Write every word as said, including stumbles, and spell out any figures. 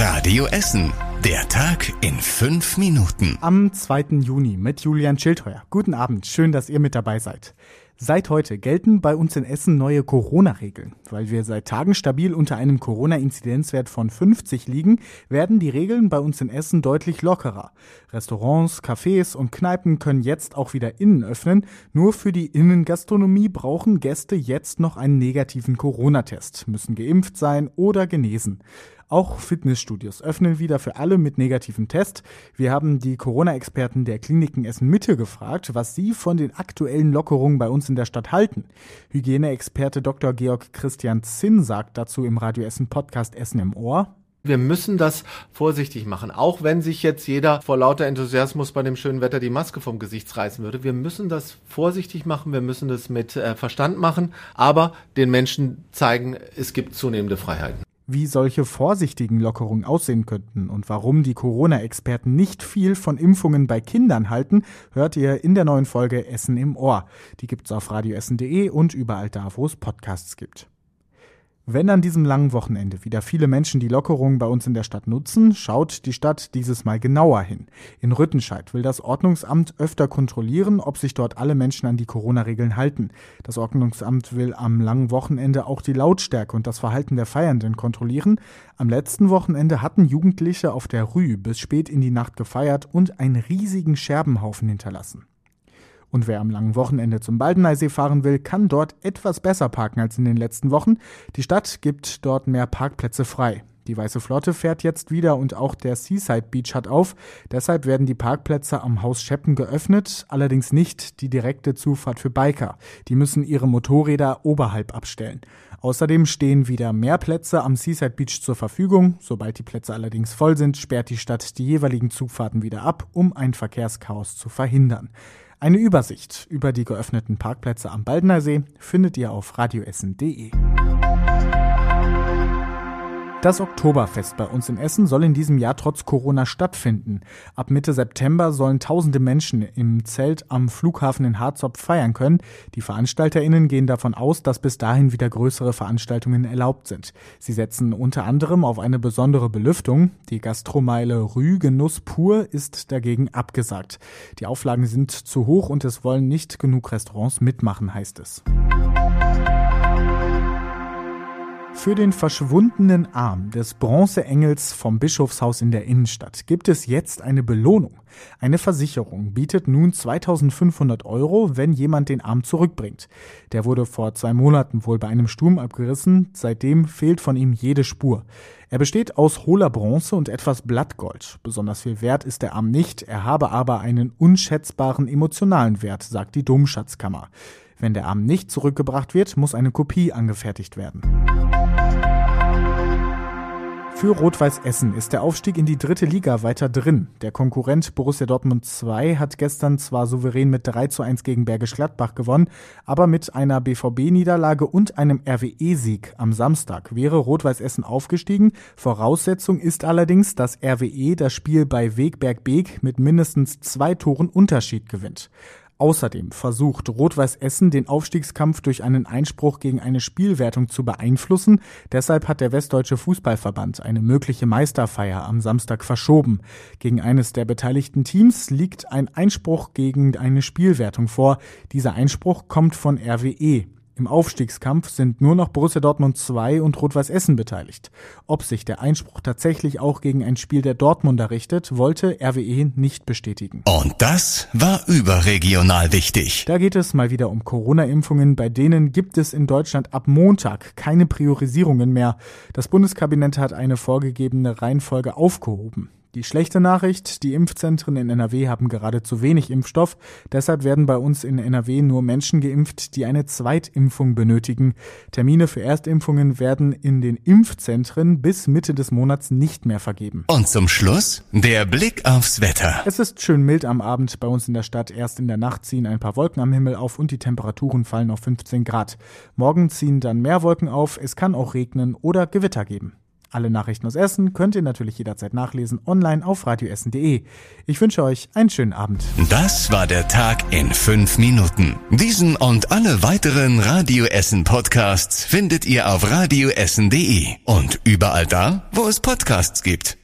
Radio Essen. Der Tag in fünf Minuten. Am zweiten Juni mit Julian Schildheuer. Guten Abend, schön, dass ihr mit dabei seid. Seit heute gelten bei uns in Essen neue Corona-Regeln. Weil wir seit Tagen stabil unter einem Corona-Inzidenzwert von fünfzig liegen, werden die Regeln bei uns in Essen deutlich lockerer. Restaurants, Cafés und Kneipen können jetzt auch wieder innen öffnen. Nur für die Innengastronomie brauchen Gäste jetzt noch einen negativen Corona-Test, müssen geimpft sein oder genesen. Auch Fitnessstudios öffnen wieder für alle mit negativem Test. Wir haben die Corona-Experten der Kliniken Essen-Mitte gefragt, was sie von den aktuellen Lockerungen bei uns in der Stadt halten. Hygieneexperte Doktor Georg Christian Zinn sagt dazu im Radio Essen Podcast Essen im Ohr: Wir müssen das vorsichtig machen, auch wenn sich jetzt jeder vor lauter Enthusiasmus bei dem schönen Wetter die Maske vom Gesicht reißen würde. Wir müssen das vorsichtig machen, wir müssen das mit äh, Verstand machen, aber den Menschen zeigen, es gibt zunehmende Freiheiten. Wie solche vorsichtigen Lockerungen aussehen könnten und warum die Corona-Experten nicht viel von Impfungen bei Kindern halten, hört ihr in der neuen Folge Essen im Ohr. Die gibt's auf radioessen punkt de und überall da, wo es Podcasts gibt. Wenn an diesem langen Wochenende wieder viele Menschen die Lockerungen bei uns in der Stadt nutzen, schaut die Stadt dieses Mal genauer hin. In Rüttenscheid will das Ordnungsamt öfter kontrollieren, ob sich dort alle Menschen an die Corona-Regeln halten. Das Ordnungsamt will am langen Wochenende auch die Lautstärke und das Verhalten der Feiernden kontrollieren. Am letzten Wochenende hatten Jugendliche auf der Rü bis spät in die Nacht gefeiert und einen riesigen Scherbenhaufen hinterlassen. Und wer am langen Wochenende zum Baldeneysee fahren will, kann dort etwas besser parken als in den letzten Wochen. Die Stadt gibt dort mehr Parkplätze frei. Die Weiße Flotte fährt jetzt wieder und auch der Seaside Beach hat auf. Deshalb werden die Parkplätze am Haus Scheppen geöffnet, allerdings nicht die direkte Zufahrt für Biker. Die müssen ihre Motorräder oberhalb abstellen. Außerdem stehen wieder mehr Plätze am Seaside Beach zur Verfügung. Sobald die Plätze allerdings voll sind, sperrt die Stadt die jeweiligen Zugfahrten wieder ab, um ein Verkehrschaos zu verhindern. Eine Übersicht über die geöffneten Parkplätze am Baldeneysee findet ihr auf radioessen punkt de. Das Oktoberfest bei uns in Essen soll in diesem Jahr trotz Corona stattfinden. Ab Mitte September sollen tausende Menschen im Zelt am Flughafen in Harzopf feiern können. Die VeranstalterInnen gehen davon aus, dass bis dahin wieder größere Veranstaltungen erlaubt sind. Sie setzen unter anderem auf eine besondere Belüftung. Die Gastromeile Rü Genuss pur ist dagegen abgesagt. Die Auflagen sind zu hoch und es wollen nicht genug Restaurants mitmachen, heißt es. Für den verschwundenen Arm des Bronzeengels vom Bischofshaus in der Innenstadt gibt es jetzt eine Belohnung. Eine Versicherung bietet nun zweitausendfünfhundert Euro, wenn jemand den Arm zurückbringt. Der wurde vor zwei Monaten wohl bei einem Sturm abgerissen. Seitdem fehlt von ihm jede Spur. Er besteht aus hohler Bronze und etwas Blattgold. Besonders viel wert ist der Arm nicht, er habe aber einen unschätzbaren emotionalen Wert, sagt die Domschatzkammer. Wenn der Arm nicht zurückgebracht wird, muss eine Kopie angefertigt werden. Für Rot-Weiß Essen ist der Aufstieg in die dritte Liga weiter drin. Der Konkurrent Borussia Dortmund zwei hat gestern zwar souverän mit drei zu eins gegen Bergisch Gladbach gewonnen, aber mit einer B V B-Niederlage und einem R W E-Sieg am Samstag wäre Rot-Weiß Essen aufgestiegen. Voraussetzung ist allerdings, dass R W E das Spiel bei Wegberg Beek mit mindestens zwei Toren Unterschied gewinnt. Außerdem versucht Rot-Weiß Essen, den Aufstiegskampf durch einen Einspruch gegen eine Spielwertung zu beeinflussen. Deshalb hat der Westdeutsche Fußballverband eine mögliche Meisterfeier am Samstag verschoben. Gegen eines der beteiligten Teams liegt ein Einspruch gegen eine Spielwertung vor. Dieser Einspruch kommt von R W E. Im Aufstiegskampf sind nur noch Borussia Dortmund zwei und Rot-Weiß Essen beteiligt. Ob sich der Einspruch tatsächlich auch gegen ein Spiel der Dortmunder richtet, wollte R W E nicht bestätigen. Und das war überregional wichtig. Da geht es mal wieder um Corona-Impfungen. Bei denen gibt es in Deutschland ab Montag keine Priorisierungen mehr. Das Bundeskabinett hat eine vorgegebene Reihenfolge aufgehoben. Die schlechte Nachricht, die Impfzentren in N R W haben gerade zu wenig Impfstoff. Deshalb werden bei uns in N R W nur Menschen geimpft, die eine Zweitimpfung benötigen. Termine für Erstimpfungen werden in den Impfzentren bis Mitte des Monats nicht mehr vergeben. Und zum Schluss der Blick aufs Wetter. Es ist schön mild am Abend bei uns in der Stadt. Erst in der Nacht ziehen ein paar Wolken am Himmel auf und die Temperaturen fallen auf fünfzehn Grad. Morgen ziehen dann mehr Wolken auf. Es kann auch regnen oder Gewitter geben. Alle Nachrichten aus Essen könnt ihr natürlich jederzeit nachlesen online auf radioessen punkt de. Ich wünsche euch einen schönen Abend. Das war der Tag in fünf Minuten. Diesen und alle weiteren Radio Essen Podcasts findet ihr auf radioessen punkt de und überall da, wo es Podcasts gibt.